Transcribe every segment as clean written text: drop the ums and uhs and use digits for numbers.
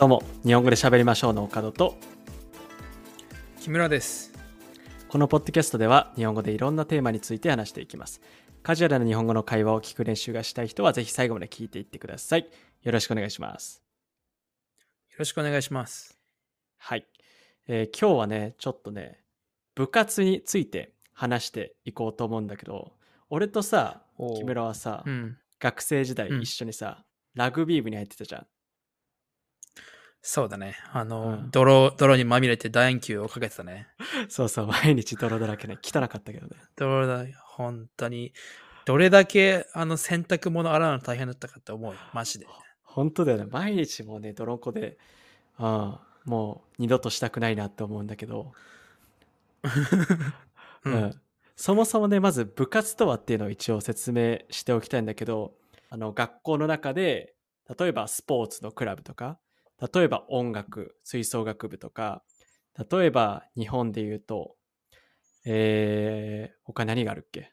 どうも、日本語で喋りましょうの岡戸と、 木村です。 このポッドキャストでは日本語でいろんなテーマについて話していきます。カジュアルな日本語の会話を聞く練習がしたい人はぜひ最後まで聞いていってください。よろしくお願いします。 よろしくお願いします。 はい。今日はね、ちょっとね、部活について話していこうと思うんだけど、俺とさ、木村はさ、学生時代一緒にさ、ラグビー部に入ってたじゃん。 そうだね。泥にまみれて楕円球をかけてたね。 そうそう、毎日泥だらけね。汚かったけどね。 泥だ、本当に。どれだけ洗濯物洗うの大変だったかって思うよ。マジで。 本当だよね。毎日もうね、泥んこで、もう二度としたくないなって思うんだけど、そもそもね、まず部活とはっていうのを一応説明しておきたいんだけど、学校の中で、例えばスポーツのクラブとか、例えば音楽、吹奏楽部とか、例えば日本で言うと、他何があるっけ？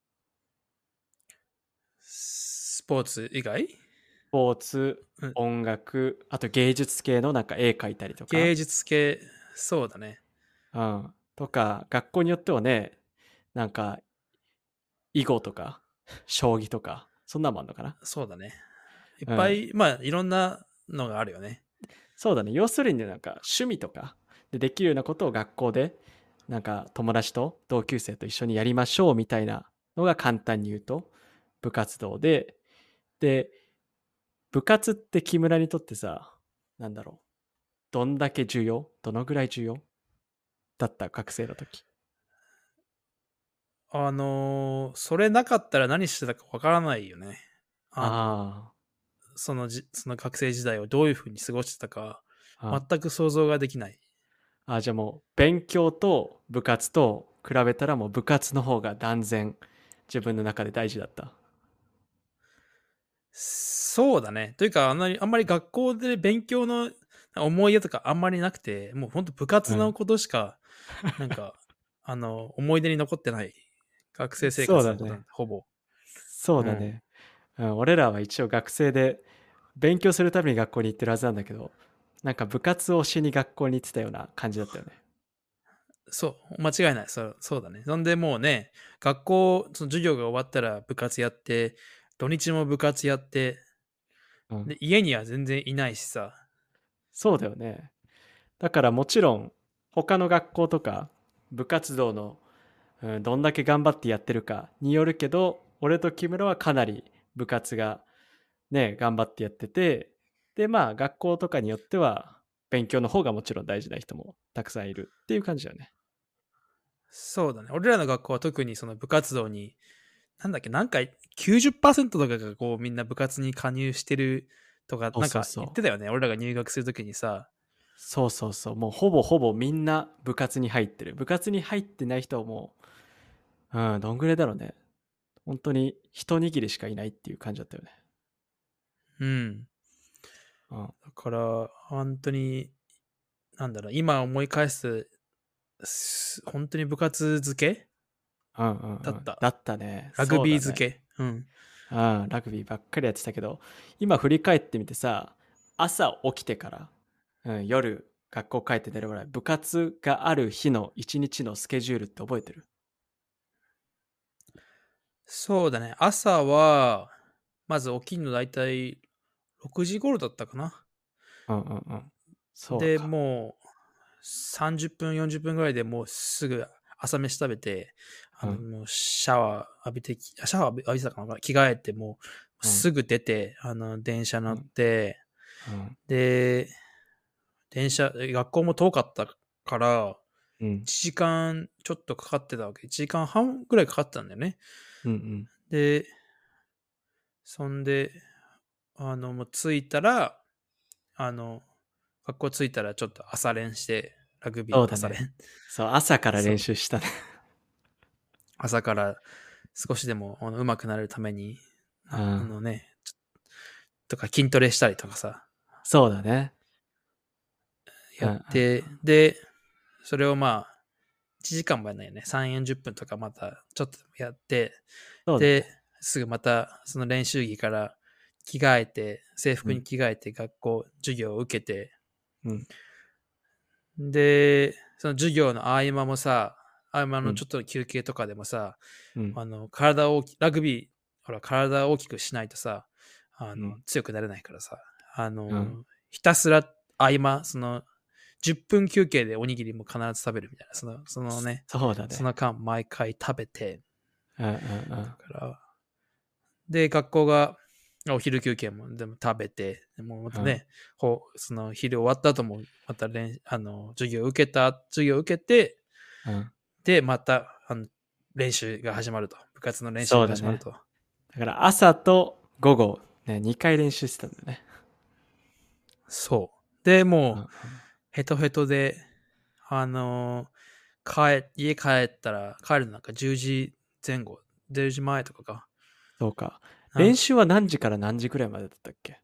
スポーツ以外？ スポーツ、音楽、あと芸術系のなんか絵描いたりとか。 芸術系、そうだね。 とか、学校によってはね、なんか、囲碁とか、将棋とか、そんなもんあんのかな？ そうだね。いっぱい、いろんなのがあるよね。 そうだね。要するになんか趣味とかでできるようなことを学校でなんか友達と同級生と一緒にやりましょうみたいなのが簡単に言うと部活動で、部活って木村にとってさ、なんだろう。どんだけ重要？どのぐらい重要だった学生の時？ それなかったら何してたかわからないよね。その学生時代をどういうふうに過ごしてたか、全く想像ができない。 じゃあもう勉強と部活と比べたらもう部活の方が断然自分の中で大事だった。 そうだね。というか、あんまり学校で勉強の思い出とかあんまりなくて、もう本当部活のことしか、なんか、思い出に残ってない学生生活のことなんで、ほぼ。 そうだね。俺らは一応学生で勉強するために学校に行ってるはずなんだけど、なんか部活をしに学校に行ってたような感じだったよね。 そう、間違いない。そうだね。そんでもうね、学校、その授業が終わったら部活やって、土日も部活やって、で家には全然いないしさ。 そうだよね。だからもちろん他の学校とか部活動の、どんだけ頑張ってやってるかによるけど、俺と木村はかなり部活がね、頑張ってやってて、でまあ学校とかによっては勉強の方がもちろん大事な人もたくさんいるっていう感じだよね。 そうだね。俺らの学校は特にその部活動に、なんか90%とかがこうみんな部活に加入してるとか、なんか言ってたよね。俺らが入学するときにさ。 そうそうそう。もうほぼほぼみんな部活に入ってる。部活に入ってない人はもう、どんぐらいだろうね。本当に一握りしかいないっていう感じだったよね。 だから、本当に、今思い返す、本当に部活付けだった。 だったね。 ラグビー付け。 ラグビーばっかりやってたけど、今振り返ってみてさ、朝起きてから、夜学校帰って寝るぐらい、部活がある日の一日のスケジュールって覚えてる？ そうだね。朝は、まず起きるのだいたい6時頃だったかな。 そうで、 か。 もう30分、40分ぐらいでもうすぐ朝飯食べて、もうシャワー浴びてたかな、着替えて、もうすぐ出て、電車乗って、で、学校も遠かったから、1時間ちょっとかかってたわけ。1時間半ぐらいかかってたんだよね。で、そんで、もう着いたら、学校着いたらちょっと朝練して、ラグビーの朝練。 そう、朝から練習したね。 朝から少しでも上手くなるために、とか筋トレしたりとかさ。 そうだね。 やって、で、それを1時間もやんないよね。3、40分とかまたちょっとやって、で、すぐまたその練習着から着替えて、制服に着替えて学校、授業を受けて、 うん。 で、その授業の合間もさ、合間うん。 のちょっと休憩とかでもさ、 うん。 ラグビー、ほら、体を大きくしないとさ、 うん。 強くなれないからさ、 うん。 ひたすら合間、10分休憩でおにぎりも必ず食べるみたいな、そのね、 そうだね。 その間毎回食べて、 うんうんうん。 だから、で、学校が、お昼休憩もでも食べて、もうまたうん。 ね、その昼終わった後も、また授業を受けて、 うん。 で、また、練習が始まると。部活の練習そうだね。 が始まると。 だから朝と午後、ね、2回練習してたんだよね。 そう。で、もう、 うん。 ヘトヘトで、あのー家帰ったら、帰るのなんか10時前後、10時前とかか。 そうか。 なんか、 練習は何時から何時くらいまでだったっけ？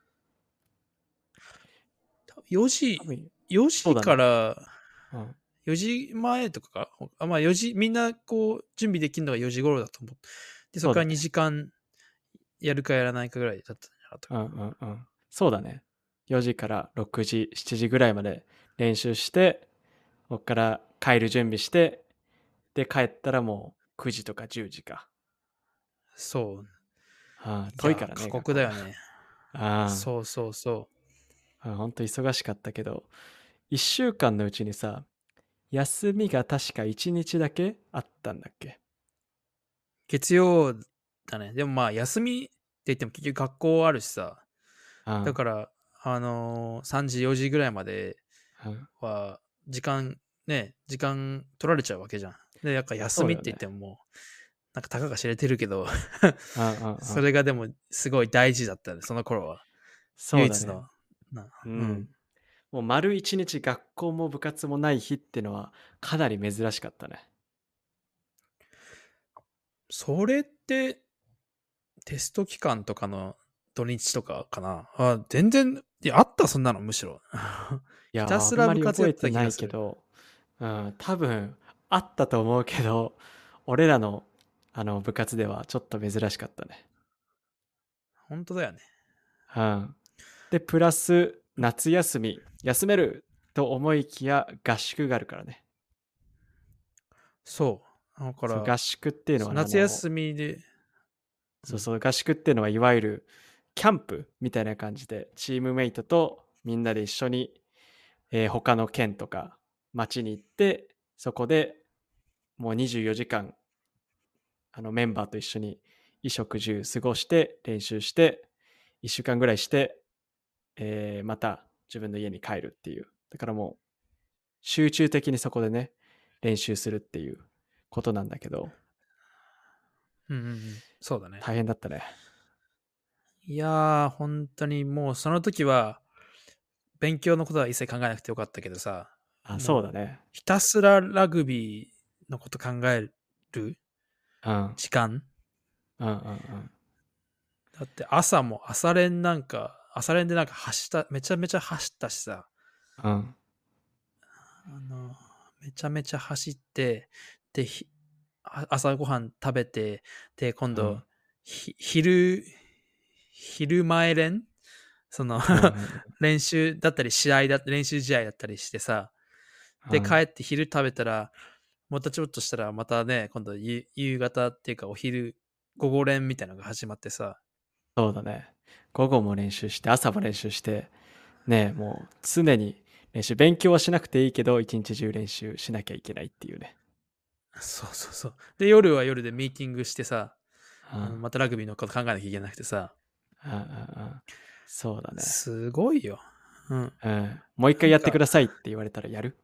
4時、 多分、 4時そうだね。 からうん。 4時前とかか。まあ4時、みんなこう、準備できるのが4時頃だと思う。で、そこからそうだね。 2時間やるかやらないかぐらいだったんじゃなかったかうんうんうん。そうだね。4時から6時、7時ぐらいまで練習して、こっから帰る準備して、で、帰ったらもう9時とか10時か。 そう。 ああ、 いや、 遠いからね、 過学校が。 酷だよね。 あそうそうそあ、ほんと忙しかったけど、1週間のうちにさ、休みが確か1日だけあったんだっけ？ 月曜だね。でもまあ、休みって言っても結局学校あるしさ。だあから、3時、4時ぐらいまであ、うん。 は、時間取られちゃうわけじゃん。で、やっぱ休みって言っそうだよね。 てももう、なんかたかが知れてるけど、 うんうんうそん。 れがでもすごい大事だったね、その頃は。 そうだね。 唯一の、うん。 うん。もう丸1日学校も部活もない日ってのはかなり珍しかったね。 それって、テスト期間とかの土日とかかな。全然、いや、あった、そんなの、むしろ。 いや、 ひたすらあんまり部活やって覚えてないた気がする。 けど、うん、多分あったと思うけど、俺らの部活ではちょっと珍しかったね。 本当だよね。 うん。で、プラス夏休み、休めると思いきや合宿があるからね。 そう。だかそう、 ら、 合宿っていうのは夏休みで、うん、 そうそう、合宿っていうのはいわゆるキャンプみたいな感じで、チームメイトとみんなで一緒に、他の県とか町に行って、そこでもう24時間、メンバーと一緒に衣食住過ごして練習して、1週間ぐらいして、また自分の家に帰るっていう。だからもう集中的にそこでね、練習するっていうことなんだけど、 うんうんうん。そうだね。 大変だったね。 いやー、本当にもうその時は、勉強のことは一切考えなくてよかったけどさ、 あ、そうだもう、 ね。 ひたすらラグビーのこと考えるうん。うん時間うんうん。 だって朝練でなんかめちゃめちゃ走ったしさ、 うん。 あの、めちゃめちゃ走って、で、朝ごはん食べて、で、今度、 うん。 昼前練そのうんうん練習試合だったりしてさ、で、帰うん。 って昼食べたら、またちょっとしたら、またね、今度夕方っていうか午後練みたいなのが始まってさ、 そうだね。午後も練習して、朝も練習して、ね、もう常に練習、勉強はしなくていいけど、一日中練習しなきゃいけないっていうね。 そうそうそう。で、夜は夜でミーティングしてさ、 うん。 またラグビーのこと考えなきゃいけなくてさ、 うんうんうん。そうだね。 すごいよ。うん。 うん。もう一回やってくなんか、 ださいって言われたらやる？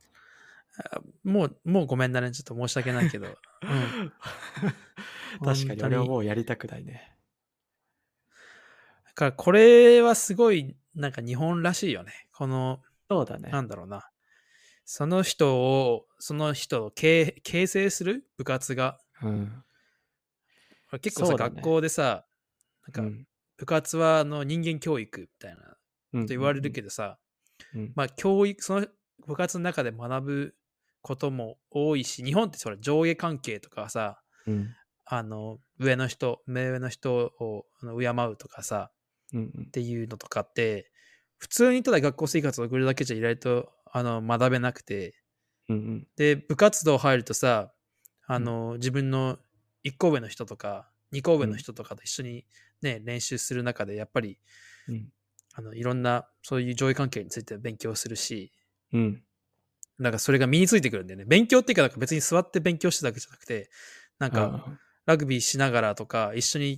もうごめんだね。ちょっと申し訳ないけど。うん。 確かに俺は本当に。 もうやりたくないね。 だからこれはすごい、なんか日本らしいよね。なそうだね。 んだろうな。その人を形成する部活が、 うん。 結構さ、学そうだね。 校でさ、なんか、 うん。 部活は人間教育みたいなこうんうと言われるんけどさ、 うん。うん。 まあ、その部活の中で学ぶことも多いし、日本ってそれ上下関係とかさ、 うん。 目上の人を敬うとかさ、 うんうん。 っていうのとかって、 普通にただ学校生活を送るだけじゃ意外と学べなくて、 うんで、部活動入るとさ、 うん自分の1個上の人とか、2個うん上の人とかと一緒にね、練習する中で、やっぱり、 うんいろんな、そういう上位関係について勉強するし、 うんなんかそれが身についてくるんだよね。勉強っていうか、なんか別に座って勉強してたわけじゃなくて、なんか、 うんラグビーしながらとか、一緒に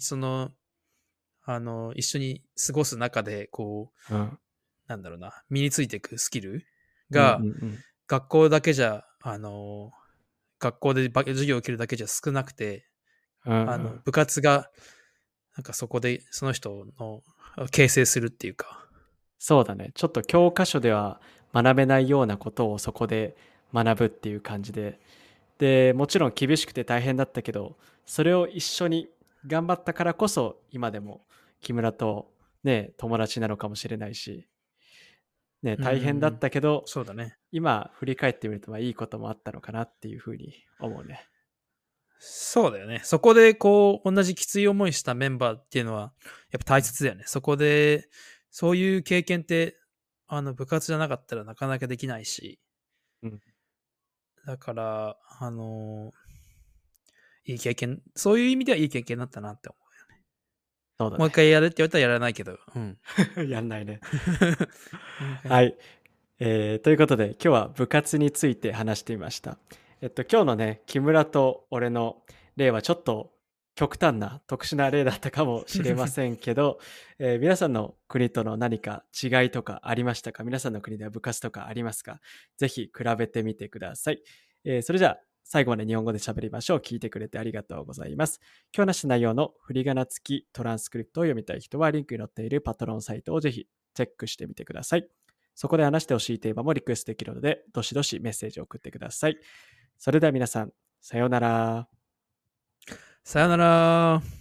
一緒に過ごす中で、こう、 うんなんだろうな、身についていくスキルうんが、 うん学校だけじゃ、学校で授業を受けるだけじゃ少なくて、 うん部活が、なんかそこでその人の形成するっていうか。 そうだね。ちょっと教科書では学べないようなことをそこで学ぶっていう感じで。で、もちろん厳しくて大変だったけど、それを一緒に頑張ったからこそ、今でも木村とね、友達なのかもしれないし、ね、 う大変だっん、 たけど、 そうだね。 今振り返ってみると、まあいいこともあったのかなっていうふうに思うね。 そうだよね。そこでこう、同じきつい思いしたメンバーっていうのは、やっぱ大切だよね。そこで、そういう経験って、部活じゃなかったらなかなかできないし、 うん。 だから、いい経験、そういう意味ではいい経験だったなって思う。 そうだね。 もう一回やれって言われたらやらないけど、うん。 やんないね。 もう一回はい。ということで、今日は部活について話してみました。今日のね、木村と俺の例はちょっと極端な特殊な例だったかもしれませんけど、皆さんの国との何か違いとかありましたか？皆さんの国では部活とかありますか？ぜひ比べてみてください。それじゃあ、最後まで日本語で喋りましょう。聞いてくれてありがとうございます。今日話した内容の振り仮名付きトランスクリプトを読みたい人は、リンクに載っているパトロンサイトをぜひチェックしてみてください。そこで話してほしいテーマもリクエストできるので、どしどしメッセージを送ってください。それでは皆さん、さようなら。 さよなら。